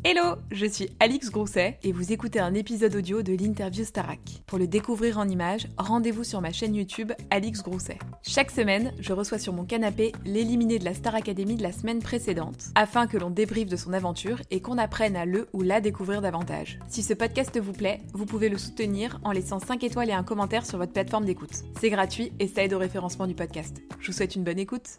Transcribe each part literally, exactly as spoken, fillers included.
Hello, je suis Alix Grousset et vous écoutez un épisode audio de l'interview Starac. Pour le découvrir en images, rendez-vous sur ma chaîne YouTube Alix Grousset. Chaque semaine, je reçois sur mon canapé l'éliminé de la Star Academy de la semaine précédente, afin que l'on débriefe de son aventure et qu'on apprenne à le ou la découvrir davantage. Si ce podcast vous plaît, vous pouvez le soutenir en laissant cinq étoiles et un commentaire sur votre plateforme d'écoute. C'est gratuit et ça aide au référencement du podcast. Je vous souhaite une bonne écoute.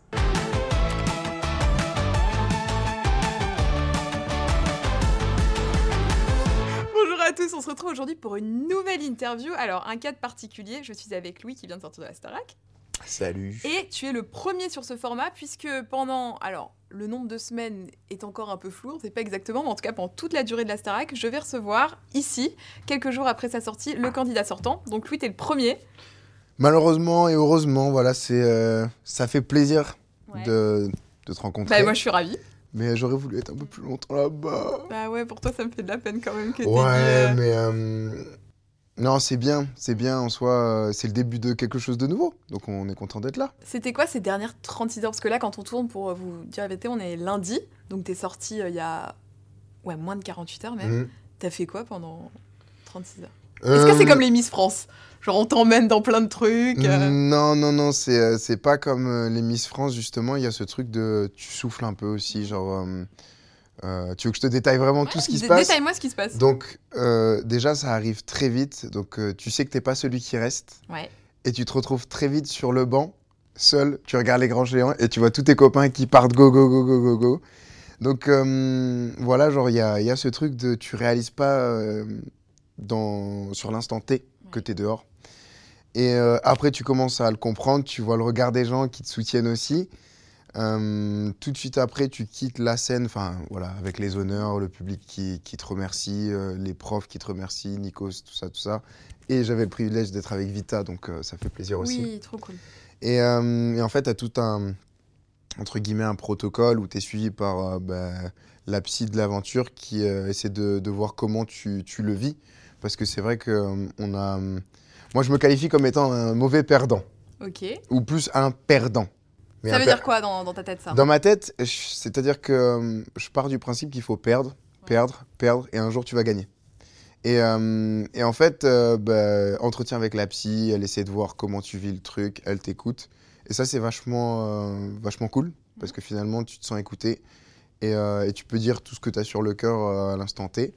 Bonjour à tous, on se retrouve aujourd'hui pour une nouvelle interview. Alors, un cadre particulier, je suis avec Louis qui vient de sortir de la Starac. Salut. Et tu es le premier sur ce format puisque pendant, alors le nombre de semaines est encore un peu flou, on ne sait pas exactement, mais en tout cas pendant toute la durée de la Starac, je vais recevoir ici, quelques jours après sa sortie, le candidat sortant. Donc Louis, t'es le premier. Malheureusement et heureusement, voilà, c'est, euh, ça fait plaisir Ouais. de, de te rencontrer. Bah moi je suis ravie. Mais j'aurais voulu être un peu plus longtemps là-bas. Bah ouais, pour toi ça me fait de la peine quand même que t'aies Ouais, dit... euh, mais... euh, Non, c'est bien, c'est bien en soi, euh, c'est le début de quelque chose de nouveau. Donc on est content d'être là. C'était quoi ces dernières trente-six heures? Parce que là, quand on tourne, pour vous dire la vérité, on est lundi, donc t'es sorti euh, il y a ouais, moins de quarante-huit heures même. Mhm. T'as fait quoi pendant trente-six heures? Euh, Est-ce que c'est comme les Miss France? Genre on t'emmène dans plein de trucs euh... Non, non, non, c'est, euh, c'est pas comme euh, les Miss France, justement. Il y a ce truc de... Tu souffles un peu aussi, genre... euh, euh, tu veux que je te détaille vraiment Ouais, tout ce qui dé- se passe? Détaille-moi ce qui se passe. Donc, euh, déjà, ça arrive très vite. Donc, euh, tu sais que t'es pas celui qui reste. Ouais. Et tu te retrouves très vite sur le banc, seul. Tu regardes l'écran géant et tu vois tous tes copains qui partent go, go, go, go, go, go. Donc, euh, voilà, genre, il y a, il y a ce truc de... Tu réalises pas euh, dans, sur l'instant T que Ouais. t'es dehors. Et euh, après, tu commences à le comprendre. Tu vois le regard des gens qui te soutiennent aussi. Euh, tout de suite après, tu quittes la scène, enfin voilà, avec les honneurs, le public qui, qui te remercie, euh, les profs qui te remercient, Nikos, tout ça, tout ça. Et j'avais le privilège d'être avec Vita, donc euh, ça fait plaisir aussi. Oui, trop cool. Et, euh, et en fait, tu as tout un, entre guillemets, un protocole où tu es suivi par euh, bah, la psy de l'aventure qui euh, essaie de, de voir comment tu, tu le vis. Parce que c'est vrai que euh, on a... Moi, je me qualifie comme étant un mauvais perdant, Ok. ou plus un perdant. Mais Ça un veut per- dire quoi dans, dans ta tête ça? Dans ma tête, je- c'est-à-dire que euh, je pars du principe qu'il faut perdre, perdre, perdre, et un jour tu vas gagner. Et, euh, et en fait, euh, bah, entretien avec la psy, elle essaie de voir comment tu vis le truc, elle t'écoute. Et ça, c'est vachement, euh, vachement cool, parce que finalement, tu te sens écouté, et, euh, et tu peux dire tout ce que tu as sur le cœur euh, à l'instant T.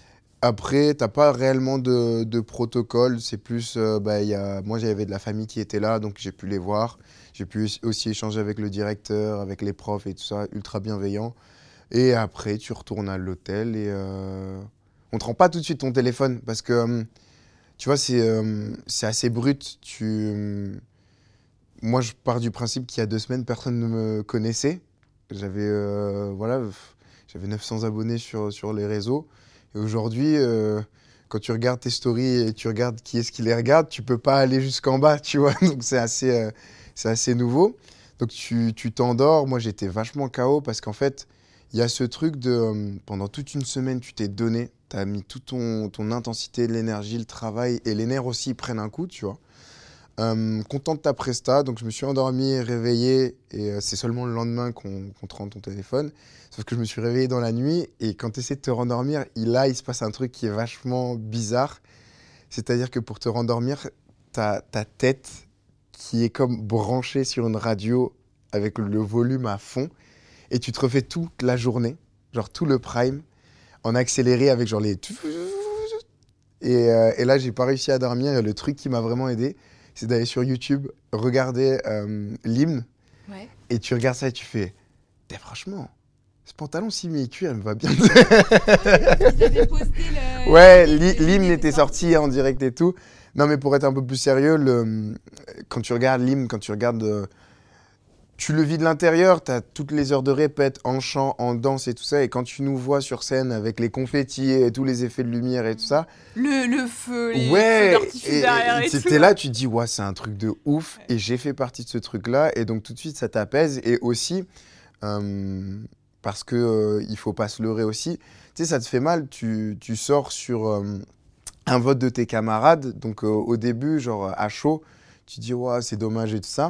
Après, t'as pas réellement de, de protocole, c'est plus, euh, bah, y a, moi j'avais de la famille qui était là, donc j'ai pu les voir. J'ai pu aussi échanger avec le directeur, avec les profs et tout ça, ultra bienveillant. Et après, tu retournes à l'hôtel et euh, on te rend pas tout de suite ton téléphone parce que, euh, tu vois, c'est euh, c'est assez brut. Tu... euh, Moi, je pars du principe qu'il y a deux semaines, personne ne me connaissait. J'avais euh, voilà, pff, j'avais neuf cents abonnés sur, sur les réseaux. Et aujourd'hui, euh, quand tu regardes tes stories et tu regardes qui est-ce qui les regarde, tu peux pas aller jusqu'en bas, tu vois. Donc c'est assez, euh, c'est assez nouveau. Donc tu, tu t'endors. Moi, j'étais vachement K O parce qu'en fait, il y a ce truc de... euh, pendant toute une semaine, tu t'es donné. Tu as mis toute ton, ton intensité, l'énergie, le travail. Et les nerfs aussi, ils prennent un coup, tu vois. Euh, content de ta presta, donc je me suis endormi, réveillé, et euh, c'est seulement le lendemain qu'on, qu'on te rend ton téléphone. Sauf que je me suis réveillé dans la nuit, et quand tu essaies de te rendormir, il, là, il se passe un truc qui est vachement bizarre. C'est-à-dire que pour te rendormir, t'as ta tête qui est comme branchée sur une radio avec le volume à fond, et tu te refais toute la journée, genre tout le prime, en accéléré avec genre les... Et, euh, et là, j'ai pas réussi à dormir, et le truc qui m'a vraiment aidé, c'est d'aller sur YouTube, regarder euh, l'hymne, Ouais. et tu regardes ça et tu fais eh, franchement, ce pantalon simi-cuir, il me va bien. Ils avaient posté le... Ouais, le- l'hy- le- l'hymne le- était sorti en direct et tout. Non, mais pour être un peu plus sérieux, le... quand tu regardes l'hymne, quand tu regardes. euh, Tu le vis de l'intérieur, tu as toutes les heures de répète en chant, en danse et tout ça. Et quand tu nous vois sur scène avec les confettis et tous les effets de lumière et tout ça, Le, le feu, les feux ouais, d'artifice et, derrière et, et tout. t'es là, tu te dis, ouais, c'est un truc de ouf. Ouais. Et j'ai fait partie de ce truc-là. Et donc, tout de suite, ça t'apaise. Et aussi, euh, parce qu'il euh, ne faut pas se leurrer aussi, tu sais, ça te fait mal. Tu, tu sors sur euh, un vote de tes camarades. Donc, euh, au début, genre à chaud, tu te dis, ouais, c'est dommage et tout ça.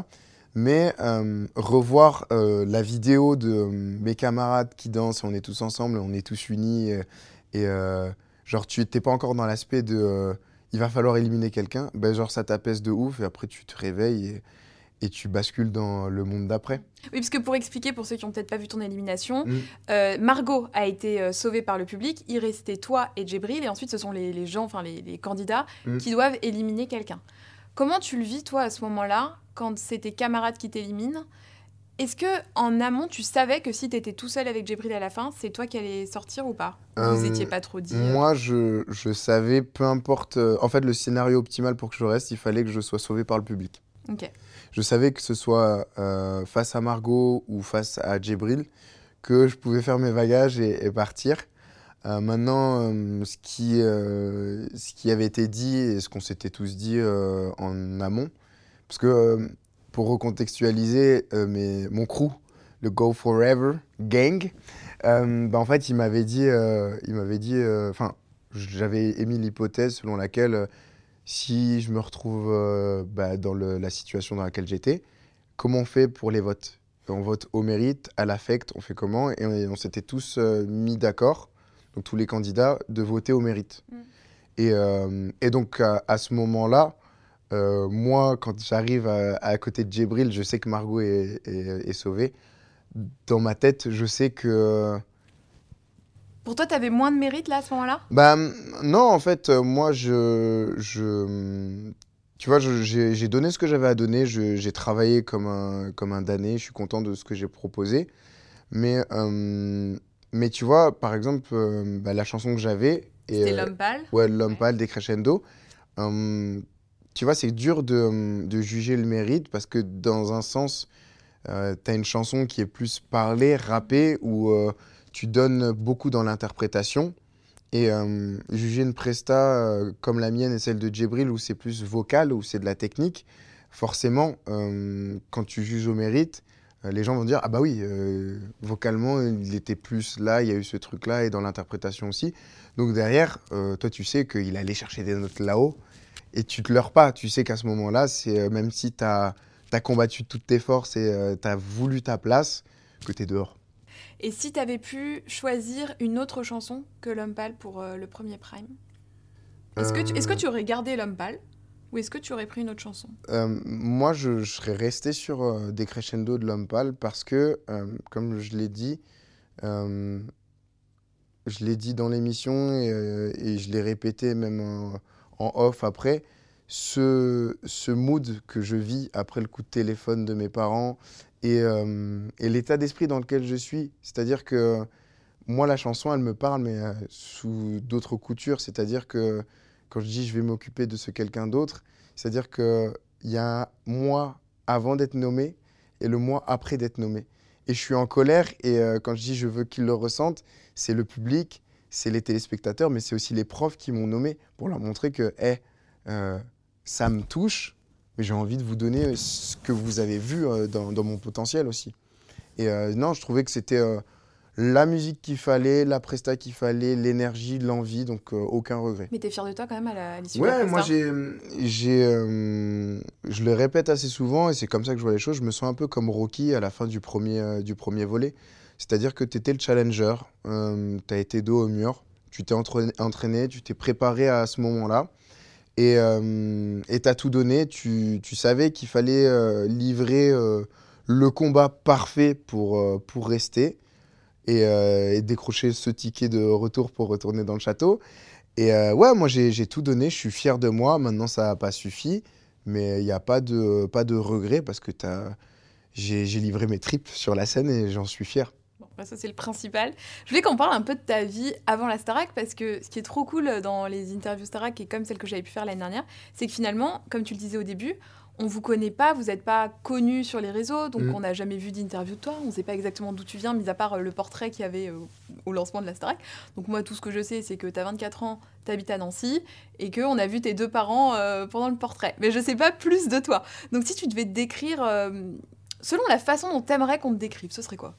Mais euh, revoir euh, la vidéo de euh, mes camarades qui dansent, on est tous ensemble, on est tous unis, et, et euh, genre tu n'étais pas encore dans l'aspect de euh, il va falloir éliminer quelqu'un, ben genre ça t'apaise de ouf et après tu te réveilles et, et tu bascules dans le monde d'après. Oui, parce que pour expliquer, pour ceux qui n'ont peut-être pas vu ton élimination, Mm. euh, Margot a été euh, sauvée par le public, il restait toi et Djibril, et ensuite ce sont les, les gens, enfin les, les candidats, Mm. qui doivent éliminer quelqu'un. Comment tu le vis, toi, à ce moment-là, quand c'est tes camarades qui t'éliminent? Est-ce que en amont, tu savais que si tu étais tout seul avec Djibril à la fin, c'est toi qui allais sortir ou pas? Ou vous Euh, étiez pas trop dit euh, Moi, je, je savais, peu importe. euh, en fait, le scénario optimal pour que je reste, il fallait que je sois sauvé par le public. Ok. Je savais que ce soit euh, face à Margot ou face à Djibril, que je pouvais faire mes bagages et, et partir. Euh, maintenant, euh, ce qui, euh, ce qui avait été dit et ce qu'on s'était tous dit euh, en amont, parce que euh, pour recontextualiser, euh, mes- mon crew, le Go Forever Gang, euh, bah, en fait, il m'avait dit, euh, il m'avait dit, euh, enfin, j'avais émis l'hypothèse selon laquelle euh, si je me retrouve euh, bah, dans le- la situation dans laquelle j'étais, comment on fait pour les votes? On vote au mérite, à l'affect, on fait comment? Et on, on s'était tous euh, mis d'accord, donc tous les candidats, de voter au mérite. Mm. Et, euh, et donc à, à ce moment-là, euh, moi, quand j'arrive à, à côté de Djibril, je sais que Margot est, est- est sauvée. Dans ma tête, je sais que... Pour toi, t'avais moins de mérite là à ce moment-là? Bah non, en fait, euh, moi, je... je tu vois, je- j'ai j'ai donné ce que j'avais à donner, je- j'ai travaillé comme un, comme un damné, je suis content de ce que j'ai proposé. Mais, euh, mais tu vois, par exemple, euh, bah, la chanson que j'avais, et, C'était euh, l'homme pâle. ouais, L'homme Ouais. pâle des Crescendo, euh, tu vois, c'est dur de, de juger le mérite parce que dans un sens, euh, tu as une chanson qui est plus parlée, rappée, où euh, tu donnes beaucoup dans l'interprétation. Et euh, juger une presta euh, comme la mienne et celle de Djibril, où c'est plus vocal, où c'est de la technique, forcément, euh, quand tu juges au mérite, euh, les gens vont dire « Ah bah oui, euh, vocalement, il était plus là, il y a eu ce truc-là, et dans l'interprétation aussi. » Donc derrière, euh, toi, tu sais qu'il allait chercher des notes là-haut, et tu te leurres pas. Tu sais qu'à ce moment-là, c'est euh, même si tu as combattu toutes tes forces et tu as voulu ta place, que tu es dehors. Et si t'avais pu choisir une autre chanson que l'homme pâle pour euh, le premier Prime, est-ce que, tu, est-ce que Euh, tu aurais gardé l'homme pâle ou est-ce que tu aurais pris une autre chanson? Euh, moi, je, je serais resté sur euh, des crescendo de l'homme pâle parce que, euh, comme je l'ai dit, euh, je l'ai dit dans l'émission et, euh, et je l'ai répété même en, en off après, ce, ce mood que je vis après le coup de téléphone de mes parents et, euh, et l'état d'esprit dans lequel je suis. C'est-à-dire que moi, la chanson, elle me parle, mais euh, sous d'autres coutures. C'est-à-dire que quand je dis je vais m'occuper de ce quelqu'un d'autre, c'est-à-dire qu'il y a un mois avant d'être nommé et le mois après d'être nommé. Et je suis en colère et euh, quand je dis je veux qu'ils le ressentent, c'est le public, c'est les téléspectateurs, mais c'est aussi les profs qui m'ont nommé pour leur montrer que hey, euh, ça me touche, mais j'ai envie de vous donner ce que vous avez vu euh, dans, dans mon potentiel aussi. Et euh, non, je trouvais que c'était... euh, la musique qu'il fallait, la presta qu'il fallait, l'énergie, l'envie, donc euh, aucun regret. Mais t'es fier de toi quand même à la- à l'issue de la Ouais, presta? moi j'ai, j'ai, euh, je le répète assez souvent et c'est comme ça que je vois les choses. Je me sens un peu comme Rocky à la fin du premier, euh, du premier volet. C'est-à-dire que tu étais le challenger, euh, tu as été dos au mur, tu t'es entraîné, entraîné, tu t'es préparé à ce moment-là et euh, tu as tout donné. Tu, tu savais qu'il fallait euh, livrer euh, le combat parfait pour, euh, pour rester. Et, euh, et décrocher ce ticket de retour pour retourner dans le château. Et euh, ouais, moi j'ai j'ai tout donné, je suis fier de moi. Maintenant, ça n'a pas suffi, mais il n'y a pas de, pas de regret parce que t'as- j'ai j'ai livré mes tripes sur la scène et j'en suis fier. Bon, bah ça c'est le principal. Je voulais qu'on parle un peu de ta vie avant la Starac parce que ce qui est trop cool dans les interviews Starac et comme celle que j'avais pu faire l'année dernière, c'est que finalement, comme tu le disais au début, on vous connaît pas, vous n'êtes pas connu sur les réseaux, donc Mm. on n'a jamais vu d'interview de toi, on ne sait pas exactement d'où tu viens, mis à part euh, le portrait qu'il y avait euh, au lancement de la Starac. Donc moi, tout ce que je sais, c'est que tu as vingt-quatre ans, tu habites à Nancy et qu'on a vu tes deux parents euh, pendant le portrait. Mais je sais pas plus de toi. Donc si tu devais te décrire, euh, selon la façon dont tu aimerais qu'on te décrive, ce serait quoi?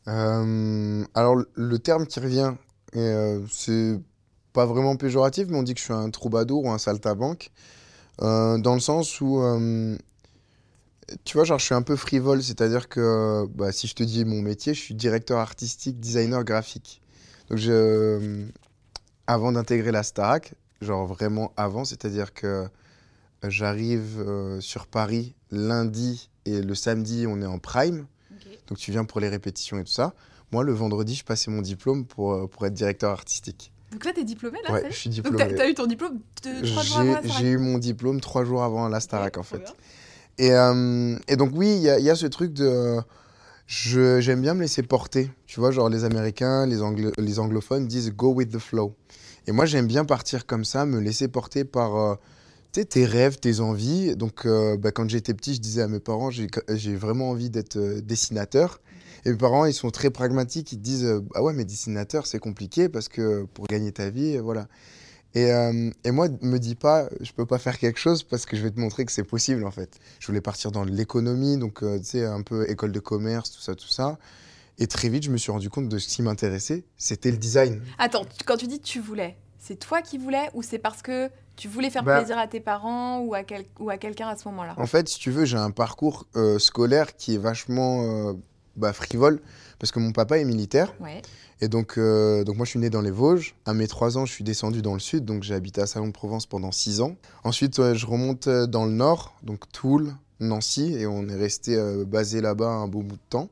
Euh, alors, le terme qui revient, et, euh, c'est pas vraiment péjoratif, mais on dit que je suis un troubadour ou un saltimbanque, euh, dans le sens où euh, Tu vois, genre, je suis un peu frivole, c'est-à-dire que bah, si je te dis mon métier, je suis directeur artistique, designer graphique. Donc, je, avant d'intégrer la Starac, genre vraiment avant, c'est-à-dire que j'arrive euh, sur Paris lundi et le samedi, on est en prime. Ok. Donc, tu viens pour les répétitions et tout ça. Moi, le vendredi, je passais mon diplôme pour, euh, pour être directeur artistique. Donc là, t'es diplômé, là, Ouais, ça y je est suis Donc t'as, diplômé. t'as eu ton diplôme de trois jours avant J'ai la Starac. j'ai eu mon diplôme trois jours avant la Starac, Ok, en trop fait. bien. Et, euh, et donc, oui, il y, a- il y a ce truc de. Je, j'aime bien me laisser porter. Tu vois, genre les Américains, les, Anglo- les anglophones disent go with the flow. Et moi, j'aime bien partir comme ça, me laisser porter par euh, tu sais, tes rêves, tes envies. Donc, euh, bah, quand j'étais petit, je disais à mes parents, j'ai, j'ai vraiment envie d'être euh, dessinateur. Ok. Et mes parents, ils sont très pragmatiques. Ils te disent, euh, ah ouais, mais dessinateur, c'est compliqué parce que pour gagner ta vie, euh, voilà. Et, euh, et moi, me dis pas, je peux pas faire quelque chose parce que je vais te montrer que c'est possible en fait. Je voulais partir dans l'économie, donc euh, tu sais, un peu école de commerce, tout ça, tout ça. Et très vite, je me suis rendu compte de ce qui m'intéressait, c'était le design. Attends, tu- quand tu dis tu voulais, c'est toi qui voulais ou c'est parce que tu voulais faire Bah, plaisir à tes parents ou à, quel- ou à quelqu'un à ce moment-là? en fait, si tu veux, j'ai un parcours euh, scolaire qui est vachement euh, bah, frivole parce que mon papa est militaire. Ouais. Et donc, euh, donc moi, je suis né dans les Vosges. À mes trois ans, je suis descendu dans le sud, donc j'ai habité à Salon-de-Provence pendant six ans. Ensuite, ouais, je remonte euh, dans le nord, donc Toul, Nancy, et on est resté euh, basé là-bas un beau bout de temps.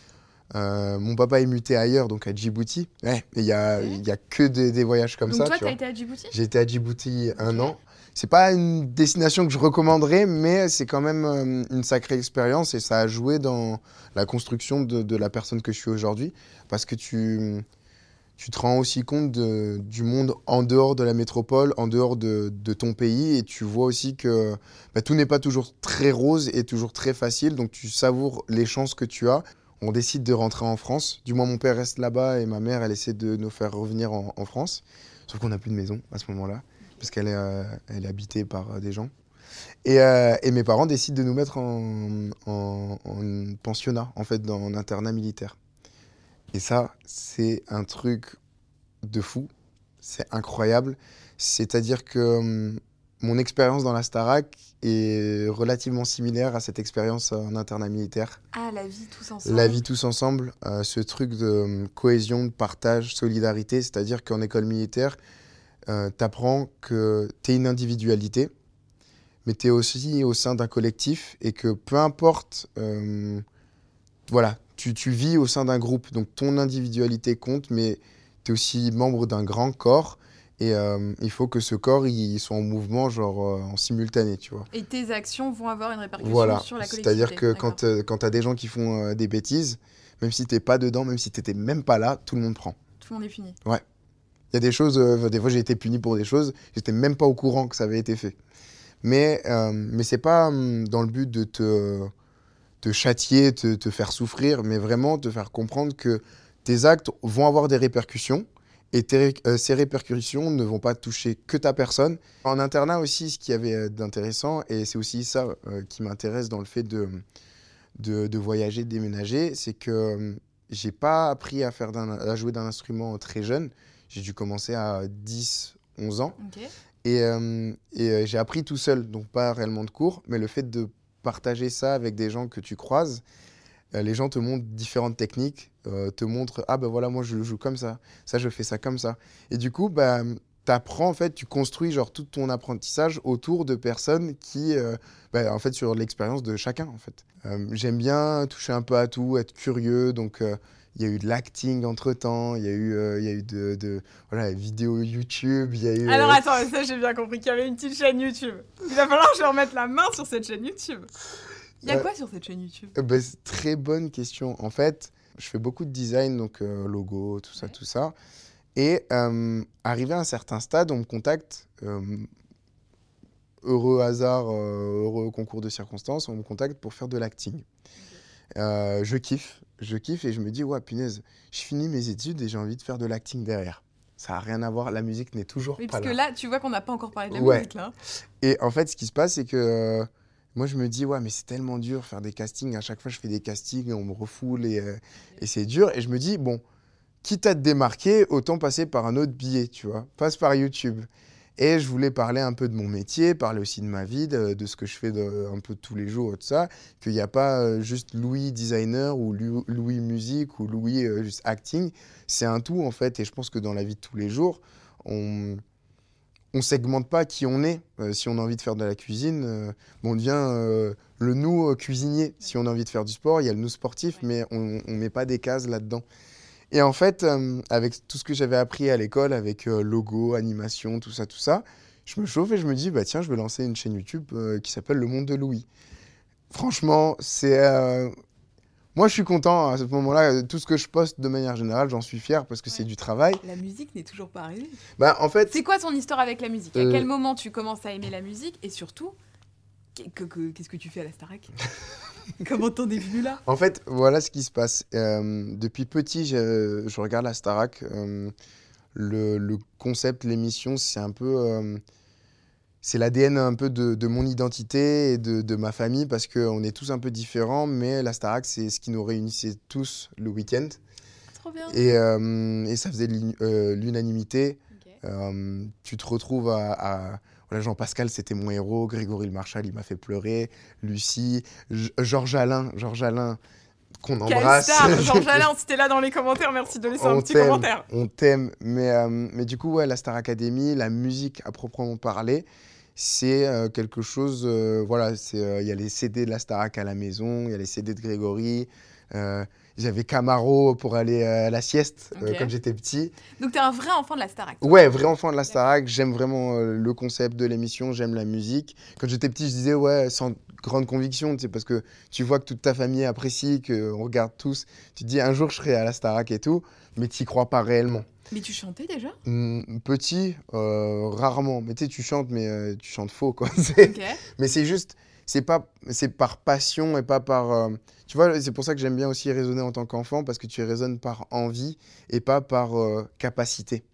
Euh, mon papa est muté ailleurs, donc à Djibouti. Ouais, et il y a, Ok. il y a que des, des voyages comme Donc ça, toi, tu t'as vois. été à Djibouti? J'ai été à Djibouti un Ok. an. C'est pas une destination que je recommanderais, mais c'est quand même euh, une sacrée expérience et ça a joué dans la construction de, de la personne que je suis aujourd'hui. Parce que tu, tu te rends aussi compte de- du monde en dehors de la métropole, en dehors de, de ton pays, et tu vois aussi que bah, tout n'est pas toujours très rose et toujours très facile, donc tu savoures les chances que tu as. On décide de rentrer en France. Du moins, mon père reste là-bas et ma mère, elle essaie de nous faire revenir en, en France. Sauf qu'on n'a plus de maison à ce moment-là, parce qu'elle est, euh, elle est habitée par euh, des gens. Et, euh, et mes parents décident de nous mettre en, en- en pensionnat, en fait, dans un internat militaire. Et ça, c'est un truc de fou. C'est incroyable. C'est-à-dire que hum, mon expérience dans la Starac est relativement similaire à cette expérience en internat militaire. Ah, la vie tous ensemble. La vie tous ensemble, euh, ce truc de hum, cohésion, de partage, solidarité, c'est-à-dire qu'en école militaire, euh, tu apprends que tu es une individualité, mais tu es aussi au sein d'un collectif et que peu importe, euh, voilà, tu, tu vis au sein d'un groupe, donc ton individualité compte, mais tu es aussi membre d'un grand corps et euh, il faut que ce corps il soit en mouvement, genre euh, en simultané, tu vois. Et tes actions vont avoir une répercussion Voilà, sur la c'est-à-dire collectivité. que D'accord. quand, euh, quand tu as des gens qui font euh, des bêtises, même si t'es pas dedans, même si t'étais même pas là, tout le monde prend. Tout le monde est puni. Ouais. Il y a des choses, euh, des fois j'ai été puni pour des choses, j'étais même pas au courant que ça avait été fait. Mais, euh, mais c'est pas hum, dans le but de te, te châtier, te, te faire souffrir, mais vraiment te faire comprendre que tes actes vont avoir des répercussions et tes- euh, ces répercussions ne vont pas toucher que ta personne. En internat aussi, ce qu'il y avait euh, d'intéressant, et c'est aussi ça euh, qui m'intéresse dans le fait de, de, de voyager, de déménager, c'est que euh, j'ai pas appris à, faire d'un- à jouer d'un instrument très jeune. J'ai dû commencer à dix, onze ans. Ok. Et, euh, et euh, j'ai appris tout seul, donc pas réellement de cours, mais le fait de partager ça avec des gens que tu croises, euh, les gens te montrent différentes techniques, euh, te montrent, ah ben voilà, moi je le joue comme ça, ça je fais ça comme ça. Et du coup, bah, t'apprends, en fait, tu construis genre tout ton apprentissage autour de personnes qui, euh, bah, en fait, sur l'expérience de chacun, en fait. Euh, j'aime bien toucher un peu à tout, être curieux, donc... euh, il y a eu de l'acting entre-temps, il y a eu, euh, il y a eu de, de voilà, vidéos YouTube, il y a eu... Alors euh, attends, mais ça j'ai bien compris qu'il y avait une petite chaîne YouTube. Il va falloir que je remette la main sur cette chaîne YouTube. Il y a Euh, quoi sur cette chaîne YouTube? Euh, ben, c'est très bonne question. En fait, je fais beaucoup de design, donc euh, logo, tout ça, Ouais. tout ça. Et euh, arrivé à un certain stade, on me contacte, euh, heureux hasard, euh, heureux concours de circonstances, on me contacte pour faire de l'acting. Euh, je kiffe, je kiffe et je me dis, ouais, punaise, je finis mes études et j'ai envie de faire de l'acting derrière. Ça n'a rien à voir, la musique n'est toujours Oui, pas parce là. que là, tu vois qu'on n'a pas encore parlé de la Ouais. musique là. Et en fait, ce qui se passe, c'est que euh, moi, je me dis, ouais, mais c'est tellement dur faire des castings. À chaque fois, je fais des castings et on me refoule et, euh, et c'est dur. Et je me dis, bon, quitte à te démarquer, autant passer par un autre biais, tu vois. Passe par YouTube. Et je voulais parler un peu de mon métier, parler aussi de ma vie, de, de ce que je fais de, un peu tous les jours, de ça. Qu'il n'y a pas euh, juste Louis designer ou Lu- Louis musique ou Louis euh, juste acting. C'est un tout, en fait. Et je pense que dans la vie de tous les jours, on ne segmente pas qui on est. Euh, si on a envie de faire de la cuisine, euh, bon, on devient euh, le nous euh, cuisinier. Si on a envie de faire du sport, il y a le nous sportif, mais on ne met pas des cases là-dedans. Et en fait, euh, avec tout ce que j'avais appris à l'école, avec euh, logo, animation, tout ça, tout ça, je me chauffe et je me dis, bah tiens, je vais lancer une chaîne YouTube euh, qui s'appelle Le Monde de Louis. Franchement, c'est... euh, moi, je suis content à ce moment-là. Tout ce que je poste de manière générale, j'en suis fier parce que Ouais. c'est du travail. La musique n'est toujours pas arrivée. Bah, en fait... C'est quoi ton histoire avec la musique ? Euh, À quel moment tu commences à aimer la musique ? Et surtout, qu'est- que- que- qu'est-ce que tu fais à la Starac ? Comment t'en es venu là ? En fait, voilà ce qui se passe. Euh, depuis petit, je, je regarde la Starac. Euh, le, le concept, l'émission, c'est un peu... euh, c'est l'A D N un peu de, de mon identité et de, de ma famille parce qu'on est tous un peu différents, mais la Starac, c'est ce qui nous réunissait tous le week-end. Trop bien. Et, euh, et ça faisait de l'uni- euh, l'unanimité. Ok. Euh, tu te retrouves à... à- voilà, Jean-Pascal, c'était mon héros. Grégory Le Marchal, il m'a fait pleurer. Lucie, G- Georges Alain, Georges Alain, qu'on Quelle embrasse. star, Georges Alain, si t'es là dans les commentaires, merci de laisser un On petit t'aime, commentaire. on t'aime. Mais, euh, mais du coup, ouais, la Star Academy, la musique à proprement parler, c'est euh, quelque chose. euh, voilà, c'est, euh, il y a les C D de la Starac à la maison, il y a les C D de Grégory. euh, J'avais Camaro pour aller euh, à la sieste euh, Ok. quand j'étais petit. Donc t'es un vrai enfant de la Starac. toi. Ouais, vrai enfant de la Starac. J'aime vraiment euh, le concept de l'émission, j'aime la musique. Quand j'étais petit, je disais ouais, sans grande conviction, tu sais, parce que tu vois que toute ta famille apprécie, qu'on regarde tous. Tu te dis un jour je serai à la Starac et tout, mais tu n'y crois pas réellement. Mais tu chantais déjà ? Hmm, petit, euh, rarement. Mais tu sais, tu chantes, mais euh, tu chantes faux, quoi. C'est- Ok. Mais c'est juste, c'est pas, c'est par passion et pas par. euh, Tu vois, c'est pour ça que j'aime bien aussi raisonner en tant qu'enfant, parce que tu raisonnes par envie et pas par euh, capacité.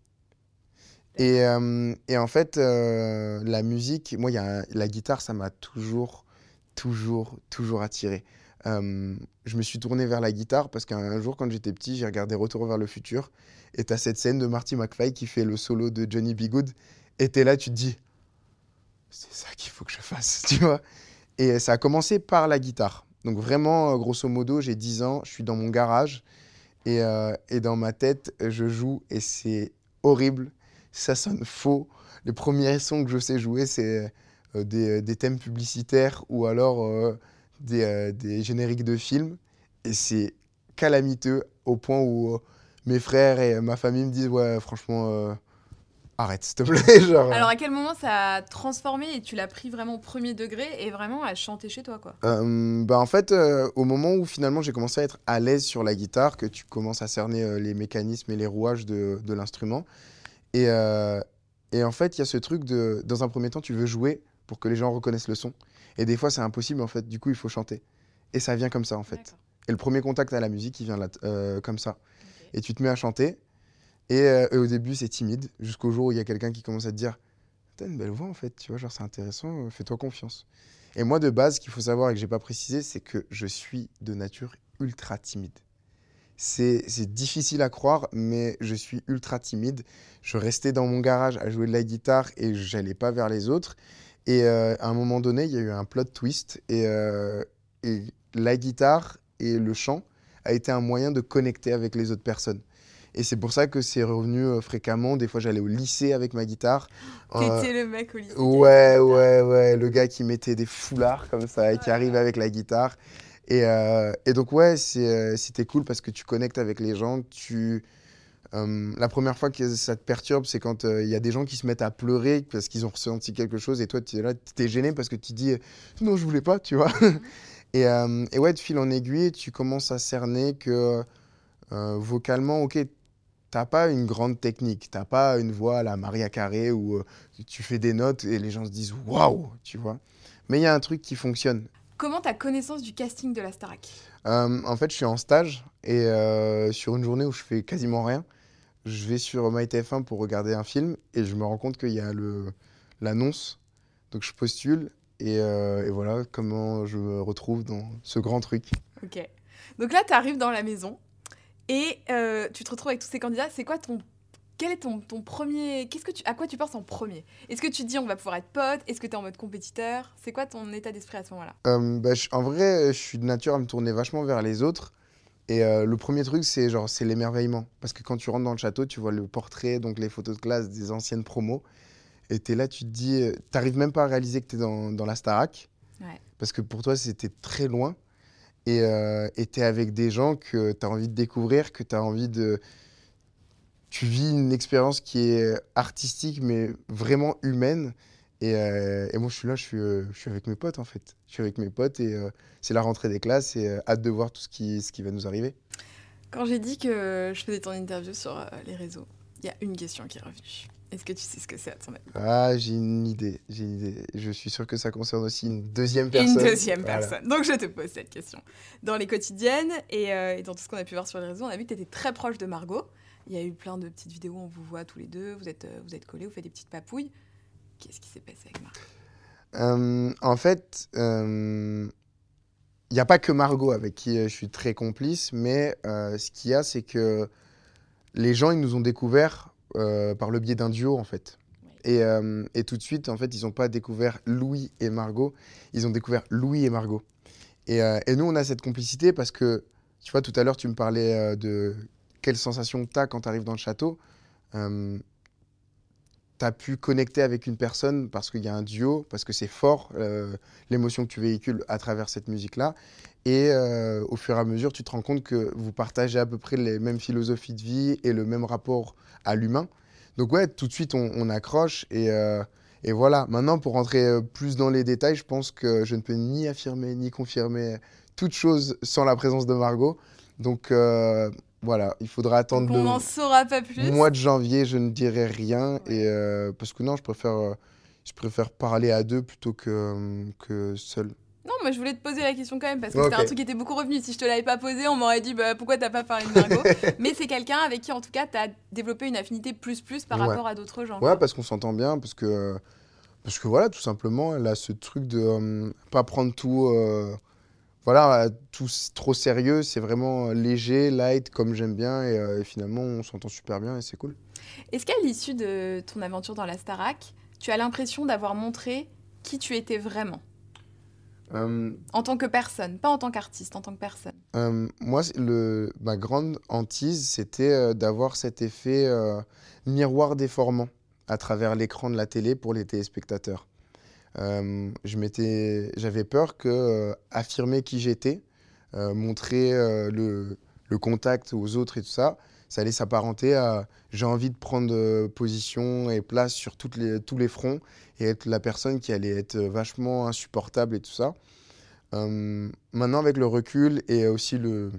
Et, euh, et en fait, euh, la musique, moi, il y a un- la guitare, ça m'a toujours, toujours, toujours attiré. Euh, je me suis tourné vers la guitare parce qu'un jour, quand j'étais petit, j'ai regardé Retour vers le futur. Et tu as cette scène de Marty McFly qui fait le solo de Johnny B. Good. Et tu es là, tu te dis, c'est ça qu'il faut que je fasse, tu vois. Et ça a commencé par la guitare. Donc vraiment, euh, grosso modo, j'ai dix ans, je suis dans mon garage. Et, euh, et dans ma tête, je joue et c'est horrible. Ça sonne faux. Les premiers sons que je sais jouer, c'est euh, des, des thèmes publicitaires ou alors euh, des, euh, des génériques de films. Et c'est calamiteux au point où euh, mes frères et ma famille me disent ouais, franchement, euh, arrête, s'il te plaît. Genre, Alors à quel moment ça a transformé et tu l'as pris vraiment au premier degré et vraiment à chanter chez toi, quoi ? Euh, bah en fait, euh, au moment où finalement j'ai commencé à être à l'aise sur la guitare, que tu commences à cerner euh, les mécanismes et les rouages de, de l'instrument. Et, euh, et en fait, il y a ce truc de, dans un premier temps, tu veux jouer pour que les gens reconnaissent le son. Et des fois, c'est impossible, en fait. Du coup, il faut chanter. Et ça vient comme ça, en fait. D'accord. Et le premier contact à la musique, il vient là, euh, comme ça. Ok. Et tu te mets à chanter. Et, euh, et au début, c'est timide, jusqu'au jour où il y a quelqu'un qui commence à te dire t'as une belle voix, en fait. Tu vois, genre, c'est intéressant, euh, fais-toi confiance. Et moi, de base, ce qu'il faut savoir et que j'ai pas précisé, c'est que je suis de nature ultra timide. C'est c'est difficile à croire, mais je suis ultra timide. Je restais dans mon garage à jouer de la guitare et j'allais pas vers les autres. Et euh, à un moment donné, il y a eu un plot twist et, euh, et la guitare et le chant a été un moyen de connecter avec les autres personnes. Et c'est pour ça que c'est revenu euh, fréquemment. Des fois, j'allais au lycée avec ma guitare. Euh, T'étais le mec au lycée. qui Ouais, avait la guitare. ouais, ouais, le gars qui mettait des foulards comme ça et qui arrive avec la guitare. Et, euh, et donc, ouais, c'est, euh, c'était cool parce que tu connectes avec les gens. Tu, euh, la première fois que ça te perturbe, c'est quand euh, il y a des gens qui se mettent à pleurer parce qu'ils ont ressenti quelque chose et toi, tu es là, tu es gêné parce que tu dis non, je voulais pas, tu vois. Et, euh, et ouais, de fil en aiguille, tu commences à cerner que euh, vocalement, ok, t'as pas une grande technique, t'as pas une voix à la Maria Carey où euh, tu fais des notes et les gens se disent waouh, tu vois. Mais il y a un truc qui fonctionne. Comment t'as connaissance du casting de la Starac ? Euh, en fait, je suis en stage et euh, sur une journée où je fais quasiment rien, je vais sur MyTF un pour regarder un film et je me rends compte qu'il y a le, l'annonce. Donc je postule et, euh, et voilà comment je me retrouve dans ce grand truc. Ok. Donc là, t'arrives dans la maison et euh, tu te retrouves avec tous ces candidats. C'est quoi ton quel est ton, ton premier... Qu'est-ce que tu, à quoi tu penses en premier? Est-ce que tu te dis on va pouvoir être potes? Est-ce que tu es en mode compétiteur? C'est quoi ton état d'esprit à ce moment-là? Euh, bah, je- en vrai, je suis de nature à me tourner vachement vers les autres. Et euh, le premier truc, c'est genre, c'est l'émerveillement. Parce que quand tu rentres dans le château, tu vois le portrait, donc les photos de classe des anciennes promos. Et t'es là, tu te dis, euh, t'arrives même pas à réaliser que t'es dans, dans la Starac. Ouais. Parce que pour toi, c'était très loin. Et euh, et t'es avec des gens que t'as envie de découvrir, que t'as envie de... Tu vis une expérience qui est artistique, mais vraiment humaine. Et, euh, et moi, je suis là, je suis, euh, je suis avec mes potes, en fait. Je suis avec mes potes et euh, c'est la rentrée des classes et euh, hâte de voir tout ce qui, ce qui va nous arriver. Quand j'ai dit que je faisais ton interview sur euh, les réseaux, il y a une question qui est revenue. Est-ce que tu sais ce que c'est à ton avis? Ah, j'ai une idée, j'ai une idée. Je suis sûr que ça concerne aussi une deuxième Une personne. deuxième Voilà. personne. Donc je te pose cette question. Dans les quotidiennes et, euh, et dans tout ce qu'on a pu voir sur les réseaux, on a vu que tu étais très proche de Margot. Il y a eu plein de petites vidéos où on vous voit tous les deux, vous êtes, euh, vous êtes collés, vous faites des petites papouilles. Qu'est-ce qui s'est passé avec Margot? Euh, en fait, il n'y a pas que Margot avec qui euh, je suis très complice, mais euh, ce qu'il y a, c'est que les gens, ils nous ont découverts euh, par le biais d'un duo, en fait. Ouais. Et, euh, et tout de suite, en fait, ils n'ont pas découvert Louis et Margot, ils ont découvert Louis et Margot. Et, euh, et nous, on a cette complicité parce que, tu vois, tout à l'heure, tu me parlais euh, de quelle sensation tu as quand tu arrives dans le château. Euh, tu as pu connecter avec une personne parce qu'il y a un duo, parce que c'est fort, euh, l'émotion que tu véhicules à travers cette musique-là. Et euh, au fur et à mesure, tu te rends compte que vous partagez à peu près les mêmes philosophies de vie et le même rapport à l'humain. Donc ouais, tout de suite, on, on accroche. Et, euh, et voilà, maintenant, pour rentrer euh, plus dans les détails, je pense que je ne peux ni affirmer ni confirmer toute chose sans la présence de Margot. Donc euh, voilà, il faudra attendre Donc on le n'en saura pas plus. mois de janvier, je ne dirai rien. Ouais. Et, euh, parce que non, je préfère, euh, je préfère parler à deux plutôt que, euh, que seul. Non, mais je voulais te poser la question quand même parce que Ok. c'était un truc qui était beaucoup revenu. Si je te l'avais pas posé, on m'aurait dit bah, pourquoi t'as pas parlé de Margot. Mais c'est quelqu'un avec qui en tout cas t'as développé une affinité plus plus par Ouais. rapport à d'autres gens. Ouais, quoi. parce qu'on s'entend bien, parce que, euh, parce que voilà, tout simplement, elle a ce truc de euh, pas prendre tout, euh, voilà, euh, tout s- trop sérieux. C'est vraiment léger, light, comme j'aime bien. Et, euh, et finalement, on s'entend super bien et c'est cool. Est-ce qu'à l'issue de ton aventure dans la Starac, tu as l'impression d'avoir montré qui tu étais vraiment Euh, en tant que personne, pas en tant qu'artiste, en tant que personne? Euh, moi, c'est le, ma grande hantise, c'était euh, d'avoir cet effet euh, miroir déformant à travers l'écran de la télé pour les téléspectateurs. Euh, je m'étais, j'avais peur que euh, affirmer qui j'étais, euh, montrer euh, le, le contact aux autres et tout ça, ça allait s'apparenter à j'ai envie de prendre euh, position et place sur toutes les, tous les fronts et être la personne qui allait être vachement insupportable et tout ça. Euh, maintenant, avec le recul et aussi le,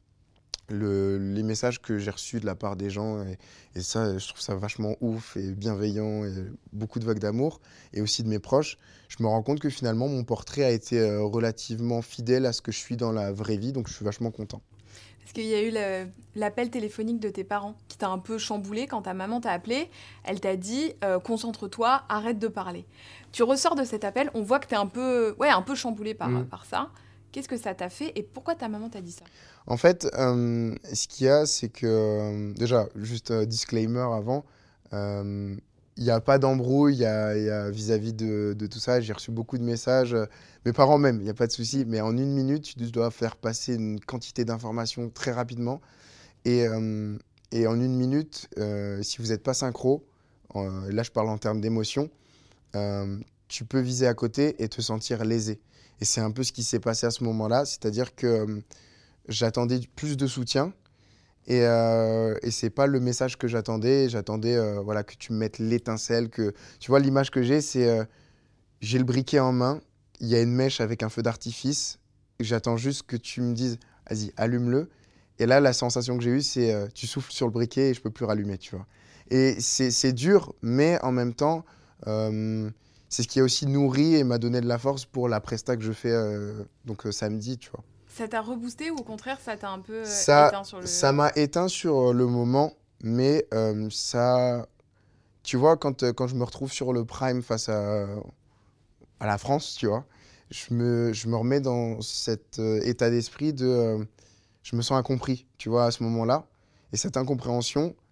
le- les messages que j'ai reçus de la part des gens, et, et ça, je trouve ça vachement ouf et bienveillant, et beaucoup de vagues d'amour, et aussi de mes proches, je me rends compte que finalement, mon portrait a été euh, relativement fidèle à ce que je suis dans la vraie vie, donc je suis vachement content. Parce qu'il y a eu le- l'appel téléphonique de tes parents qui t'a un peu chamboulé quand ta maman t'a appelé. Elle t'a dit euh, concentre-toi, arrête de parler. Tu ressors de cet appel, on voit que t'es un peu, ouais, un peu chamboulé par, Mm. par ça. Qu'est-ce que ça t'a fait et pourquoi ta maman t'a dit ça? En fait, euh, ce qu'il y a, c'est que, euh, déjà, juste un disclaimer avant, euh, il n'y a pas d'embrouille il y a- il y a vis-à-vis de, de tout ça. J'ai reçu beaucoup de messages, euh, mes parents même, il n'y a pas de souci, mais en une minute, tu dois faire passer une quantité d'informations très rapidement. Et, euh, et en une minute, euh, si vous n'êtes pas synchro, euh, là je parle en termes d'émotion, euh, tu peux viser à côté et te sentir lésé. Et c'est un peu ce qui s'est passé à ce moment-là, c'est-à-dire que euh, j'attendais plus de soutien et, euh, et c'est pas le message que j'attendais. J'attendais euh, voilà, que tu me mettes l'étincelle. Que... Tu vois, l'image que j'ai, c'est euh, j'ai le briquet en main, il y a une mèche avec un feu d'artifice. J'attends juste que tu me dises, vas-y, allume-le. Et là, la sensation que j'ai eue, c'est euh, tu souffles sur le briquet et je peux plus rallumer, tu vois. Et c'est c'est dur, mais en même temps, euh, c'est ce qui a aussi nourri et m'a donné de la force pour la presta que je fais euh, donc euh, samedi, tu vois. Ça t'a reboosté ou au contraire ça t'a un peu euh, Ça, éteint sur le... ça m'a éteint sur euh, le moment, mais euh, ça, tu vois, quand, euh, quand je me retrouve sur le prime face à, à la France, tu vois, je me, je me remets dans cet euh, état d'esprit de, euh, je me sens incompris, tu vois, à ce moment-là. Et cette incompréhension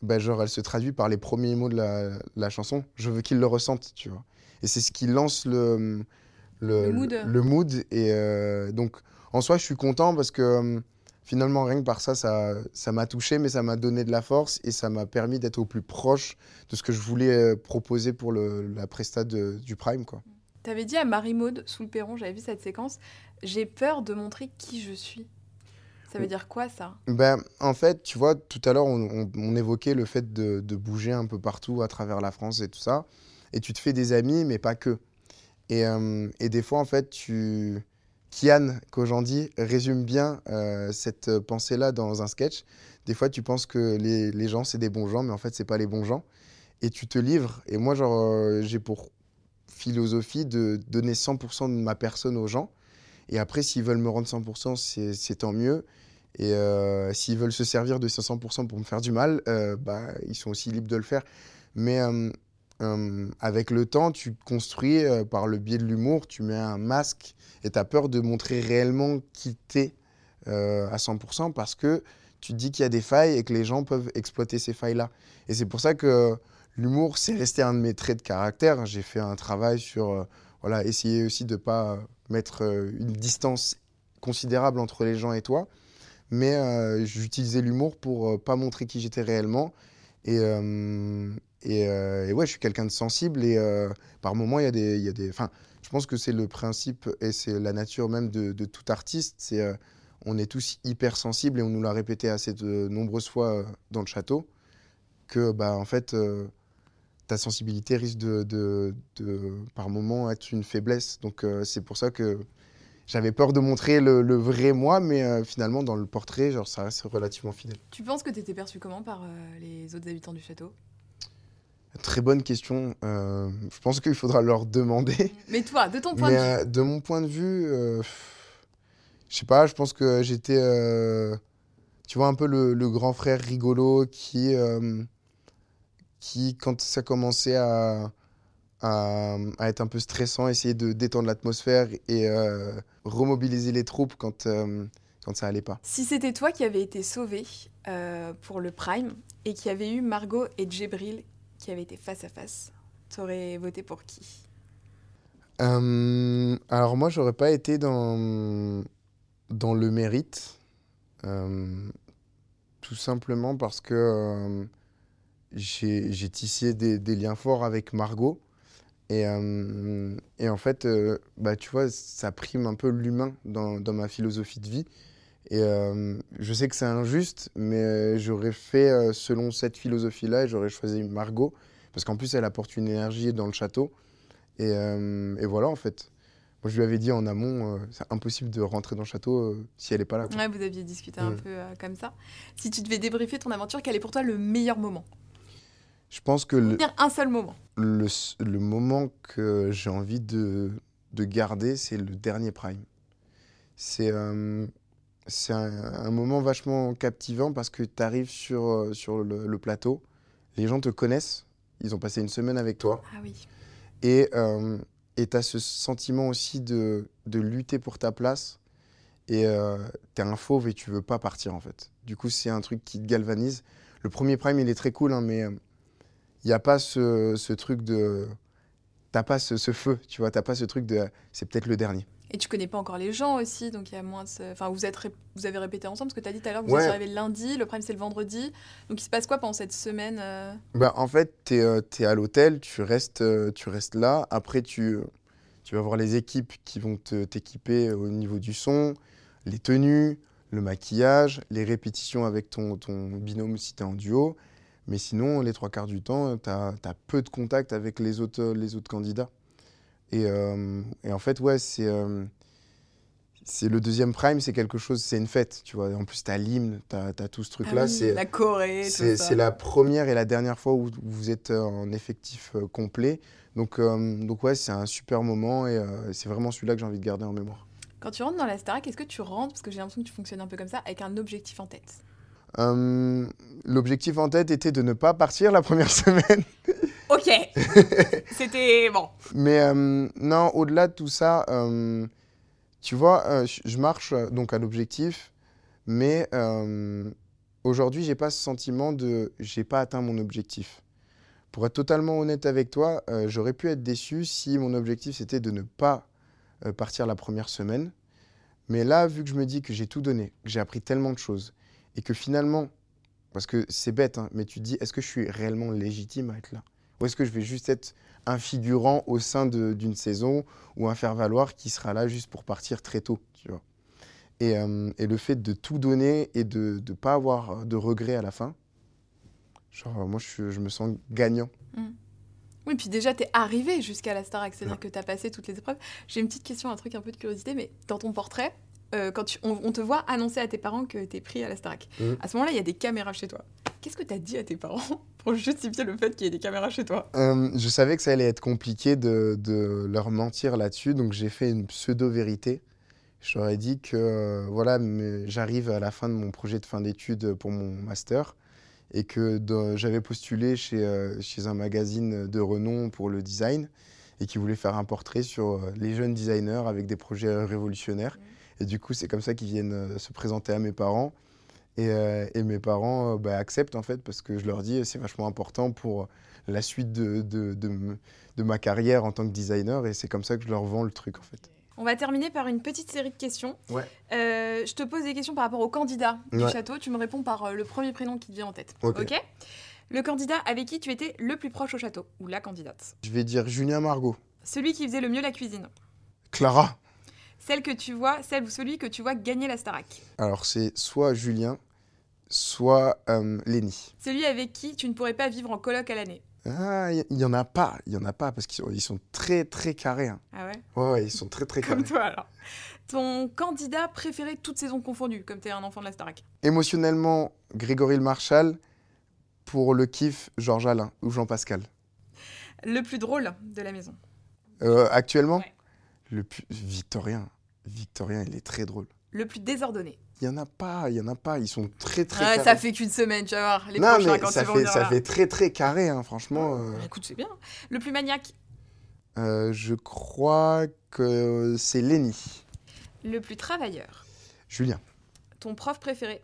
bah, genre, elle se traduit par les premiers mots de la, la chanson. Je veux qu'ils le ressentent, tu vois. Et c'est ce qui lance le, le, Le mood. le mood. Et euh, donc, en soi, je suis content parce que euh, finalement, rien que par ça, ça, ça m'a touché, mais ça m'a donné de la force et ça m'a permis d'être au plus proche de ce que je voulais euh, proposer pour le, la presta de- du Prime, quoi. T'avais dit à Marie-Maude, sous le perron, j'avais vu cette séquence, j'ai peur de montrer qui je suis. Ça veut dire quoi, ça? Ben, en fait, tu vois, tout à l'heure, on, on- on évoquait le fait de, de bouger un peu partout à travers la France et tout ça. Et tu te fais des amis, mais pas que. Et, euh, et des fois, en fait, tu... Kian Kojandi résume bien euh, cette pensée-là dans un sketch. Des fois, tu penses que les, les gens, c'est des bons gens, mais en fait, c'est pas les bons gens. Et tu te livres. Et moi, genre, euh, j'ai pour philosophie de donner cent pour cent de ma personne aux gens. Et après, s'ils veulent me rendre cent pour cent, c'est c'est tant mieux. Et euh, s'ils veulent se servir de ces cent pour cent pour me faire du mal, euh, bah, ils sont aussi libres de le faire. Mais euh, euh, avec le temps, tu te construis euh, par le biais de l'humour, tu mets un masque et tu as peur de montrer réellement qui t'es euh, à cent pour cent parce que tu te dis qu'il y a des failles et que les gens peuvent exploiter ces failles-là. Et c'est pour ça que l'humour, c'est resté un de mes traits de caractère. J'ai fait un travail sur euh, voilà, essayer aussi de ne pas mettre euh, une distance considérable entre les gens et toi. Mais euh, j'utilisais l'humour pour euh, pas montrer qui j'étais réellement. Et, euh, et, euh, et ouais, je suis quelqu'un de sensible. Et euh, par moments, il y a des. il y a des... Enfin, je pense que c'est le principe et c'est la nature même de, de tout artiste. C'est, euh, on est tous hyper sensibles et on nous l'a répété assez de nombreuses fois euh, dans le château que, bah, en fait, euh, ta sensibilité risque de, de, de, par moments, être une faiblesse. Donc, euh, c'est pour ça que j'avais peur de montrer le, le vrai moi, mais euh, finalement, dans le portrait, genre, ça reste relativement fidèle. Tu penses que t'étais perçu comment par euh, les autres habitants du château? Très bonne question. Euh, je pense qu'il faudra leur demander. Mais toi, de ton point Mais de vue. euh, de mon point de vue, euh, je sais pas, je pense que j'étais, euh, tu vois, un peu le, le grand frère rigolo qui, euh, qui quand ça commençait à, à, à être un peu stressant, essayer de détendre l'atmosphère et euh, remobiliser les troupes quand, euh, quand ça allait pas. Si c'était toi qui avais été sauvé euh, pour le Prime et qui avait eu Margot et Djibril qui avaient été face à face, t'aurais voté pour qui? Euh, alors moi, j'aurais pas été dans, dans le mérite, euh, tout simplement parce que euh, j'ai j'ai tissé des, des liens forts avec Margot. Et, euh, et en fait, euh, bah, tu vois, ça prime un peu l'humain dans, dans ma philosophie de vie. Et euh, je sais que c'est injuste, mais j'aurais fait euh, selon cette philosophie-là et j'aurais choisi Margot. Parce qu'en plus, elle apporte une énergie dans le château. Et, euh, et voilà, en fait. Moi, je lui avais dit en amont, euh, c'est impossible de rentrer dans le château euh, si elle n'est pas là, quoi. Ouais, vous aviez discuté un Mm. peu euh, comme ça. Si tu devais débriefer ton aventure, quel est pour toi le meilleur moment? Je pense que le, Dire un seul moment. le, le moment que j'ai envie de, de garder, c'est le dernier Prime. C'est euh, c'est un, un moment vachement captivant parce que tu arrives sur, euh, sur le, le plateau, les gens te connaissent, ils ont passé une semaine avec toi. Ah oui. Et euh, tu as ce sentiment aussi de, de lutter pour ta place. Et euh, tu es un fauve et tu veux pas partir, en fait. Du coup, c'est un truc qui te galvanise. Le premier Prime, il est très cool, hein, mais il n'y a pas ce, ce truc de... T'as pas ce, ce feu, tu vois. T'as pas ce truc de... C'est peut-être le dernier. Et tu connais pas encore les gens aussi, donc il y a moins de... ce- Enfin, vous, êtes ré- vous avez répété ensemble, parce que tu as dit tout à l'heure que vous Ouais. êtes arrivés le lundi, le Prime c'est le vendredi. Donc il se passe quoi pendant cette semaine euh Bah, en fait, tu es, à l'hôtel, tu restes, euh, tu restes là. Après, tu, tu vas voir les équipes qui vont te- t'équiper au niveau du son, les tenues, le maquillage, les répétitions avec ton, ton binôme si tu es en duo. Mais sinon, les trois quarts du temps, tu as peu de contact avec les autres, les autres candidats. Et, euh, et en fait, ouais, c'est euh, c'est le deuxième Prime, c'est quelque chose, c'est une fête, tu vois. En plus, tu as l'hymne, tu as tout ce Ah truc-là. oui, c'est la Corée, tout c'est ça. c'est la première et la dernière fois où vous êtes euh, en effectif euh, complet. Donc, euh, donc ouais, c'est un super moment et euh, c'est vraiment celui-là que j'ai envie de garder en mémoire. Quand tu rentres dans la Starac, est-ce que tu rentres, parce que j'ai l'impression que tu fonctionnes un peu comme ça, avec un objectif en tête? Euh, L'objectif en tête était de ne pas partir la première semaine. Ok. C'était bon. Mais euh, non, au-delà de tout ça, euh, tu vois, euh, je je marche euh, donc à l'objectif, mais euh, aujourd'hui, j'ai pas ce sentiment de j'ai pas atteint mon objectif. Pour être totalement honnête avec toi, euh, j'aurais pu être déçu si mon objectif c'était de ne pas euh, partir la première semaine. Mais là, vu que je me dis que j'ai tout donné, que j'ai appris tellement de choses et que finalement, parce que c'est bête, hein, mais tu te dis, est-ce que je suis réellement légitime à être là? Ou est-ce que je vais juste être un figurant au sein de- d'une saison ou un faire-valoir qui sera là juste pour partir très tôt, tu vois? Et, euh, et le fait de tout donner et de ne pas avoir de regrets à la fin, genre, moi, je, suis- je me sens gagnant. Mm. Oui, puis déjà, t'es arrivé jusqu'à la Starac, c'est-à-dire Ouais. que t'as passé toutes les épreuves. J'ai une petite question, un truc un peu de curiosité, mais dans ton portrait, euh, quand tu- on, on te voit annoncer à tes parents que t'es pris à la Starac, Mhm. à ce moment-là, il y a des caméras chez toi. Qu'est-ce que t'as dit à tes parents pour justifier le fait qu'il y ait des caméras chez toi? Euh, je savais que ça allait être compliqué de, de leur mentir là-dessus, donc j'ai fait une pseudo-vérité. Je leur ai dit que euh, voilà, mais j'arrive à la fin de mon projet de fin d'études pour mon master et que dans- j'avais postulé chez, euh, chez un magazine de renom pour le design et qui voulait faire un portrait sur euh, les jeunes designers avec des projets euh, révolutionnaires. Et du coup, c'est comme ça qu'ils viennent euh, se présenter à mes parents. Et, euh, et mes parents euh, bah, acceptent en fait parce que je leur dis euh, c'est vachement important pour la suite de, de, de, m- de ma carrière en tant que designer et c'est comme ça que je leur vends le truc en fait. On va terminer par une petite série de questions. Ouais. Euh, je te pose des questions par rapport au candidat du Ouais. château. Tu me réponds par euh, le premier prénom qui te vient en tête. Ok. Le candidat avec qui tu étais le plus proche au château, ou la candidate. Je vais dire Julien Margot. Celui qui faisait le mieux la cuisine. Clara. Celle que tu vois, celle ou celui que tu vois gagner la Starac. Alors c'est soit Julien, soit euh, Lénie. Celui avec qui tu ne pourrais pas vivre en coloc à l'année. Ah, il y, y en a pas, il y en a pas parce qu'ils sont, ils sont très très carrés. Hein. Ah ouais? Ouais, ouais, ils sont très très Comme carrés. toi alors. Ton candidat préféré toutes saisons confondues, comme t'es un enfant de la Starac. Émotionnellement, Grégory Le Marchal. Pour le kiff, Georges Alain ou Jean-Pascal. Le plus drôle de la maison. Euh, actuellement, Ouais. le plus Victorien. Victorien, il est très drôle. Le plus désordonné. Il y en a pas, il y en a pas. Ils sont très très Ouais, carrés. ça fait qu'une semaine, tu vas voir. Les non, prochains, mais quand ça ils vont fait venir ça là. fait très très carré, hein, franchement. euh. Écoute, c'est bien. Le plus maniaque. Euh, je crois que c'est Lénie. Le plus travailleur. Julien. Ton prof préféré.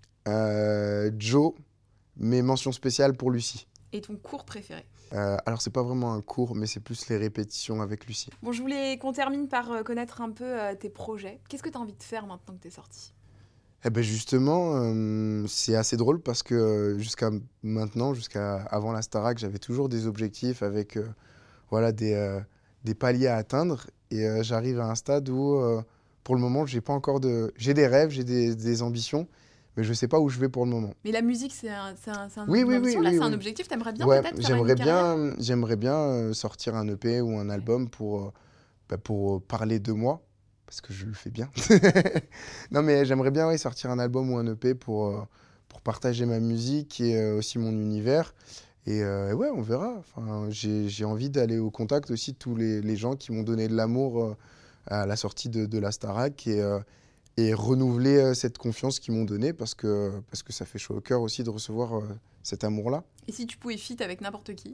Euh, Joe, mais mention spéciale pour Lucie. Et ton cours préféré. Euh, alors, c'est pas vraiment un cours, mais c'est plus les répétitions avec Lucie. Bon, je voulais qu'on termine par euh, connaître un peu euh, tes projets. Qu'est-ce que tu as envie de faire maintenant que t'es sorti? Eh ben justement, euh, c'est assez drôle parce que euh, jusqu'à maintenant, jusqu'à avant la Starac, j'avais toujours des objectifs avec euh, voilà, des, euh, des paliers à atteindre. Et euh, j'arrive à un stade où, euh, pour le moment, j'ai pas encore de... J'ai des rêves, j'ai des, des ambitions, mais je sais pas où je vais pour le moment. Mais la musique, c'est un, c'est un, c'est un Oui, une oui, ambition, oui, là, oui, c'est un oui. objectif. T'aimerais bien Ouais, peut-être faire j'aimerais une carrière. bien, j'aimerais bien euh, sortir un E P ou un album pour, euh, bah, pour euh, parler de moi, parce que je le fais bien. Non, mais j'aimerais bien ouais, sortir un album ou un E P pour, euh, pour partager ma musique et euh, aussi mon univers. Et euh, ouais, on verra. Enfin, j'ai, j'ai envie d'aller au contact aussi de tous les, les gens qui m'ont donné de l'amour euh, à la sortie de, de la Starac et, euh, et renouveler euh, cette confiance qu'ils m'ont donnée parce que, parce que ça fait chaud au cœur aussi de recevoir euh, cet amour-là. Et si tu pouvais feat avec n'importe qui?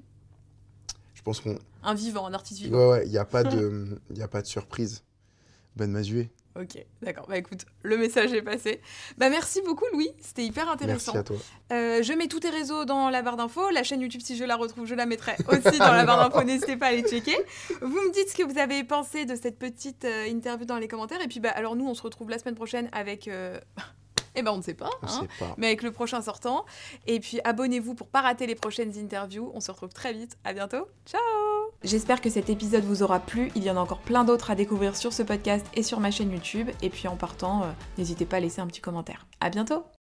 Je pense qu'on... Un vivant, un artiste vivant. Ouais, ouais, il n'y a, pas de- y a pas de surprise. Ben Mazué, Ok, d'accord. Bah écoute, le message est passé. Bah merci beaucoup Louis, c'était hyper intéressant. merci à toi. Euh, je mets tous tes réseaux dans la barre d'infos. La chaîne YouTube, si je la retrouve, je la mettrai aussi dans la barre d'infos. N'hésitez pas à aller checker. Vous me dites ce que vous avez pensé de cette petite euh, interview dans les commentaires. Et puis bah alors nous, on se retrouve la semaine prochaine avec... Euh... Eh ben on ne sait pas, On hein, sait pas. mais avec le prochain sortant. Et puis abonnez-vous pour pas rater les prochaines interviews. On se retrouve très vite. À bientôt. Ciao. J'espère que cet épisode vous aura plu. Il y en a encore plein d'autres à découvrir sur ce podcast et sur ma chaîne YouTube. Et puis en partant, euh, n'hésitez pas à laisser un petit commentaire. À bientôt.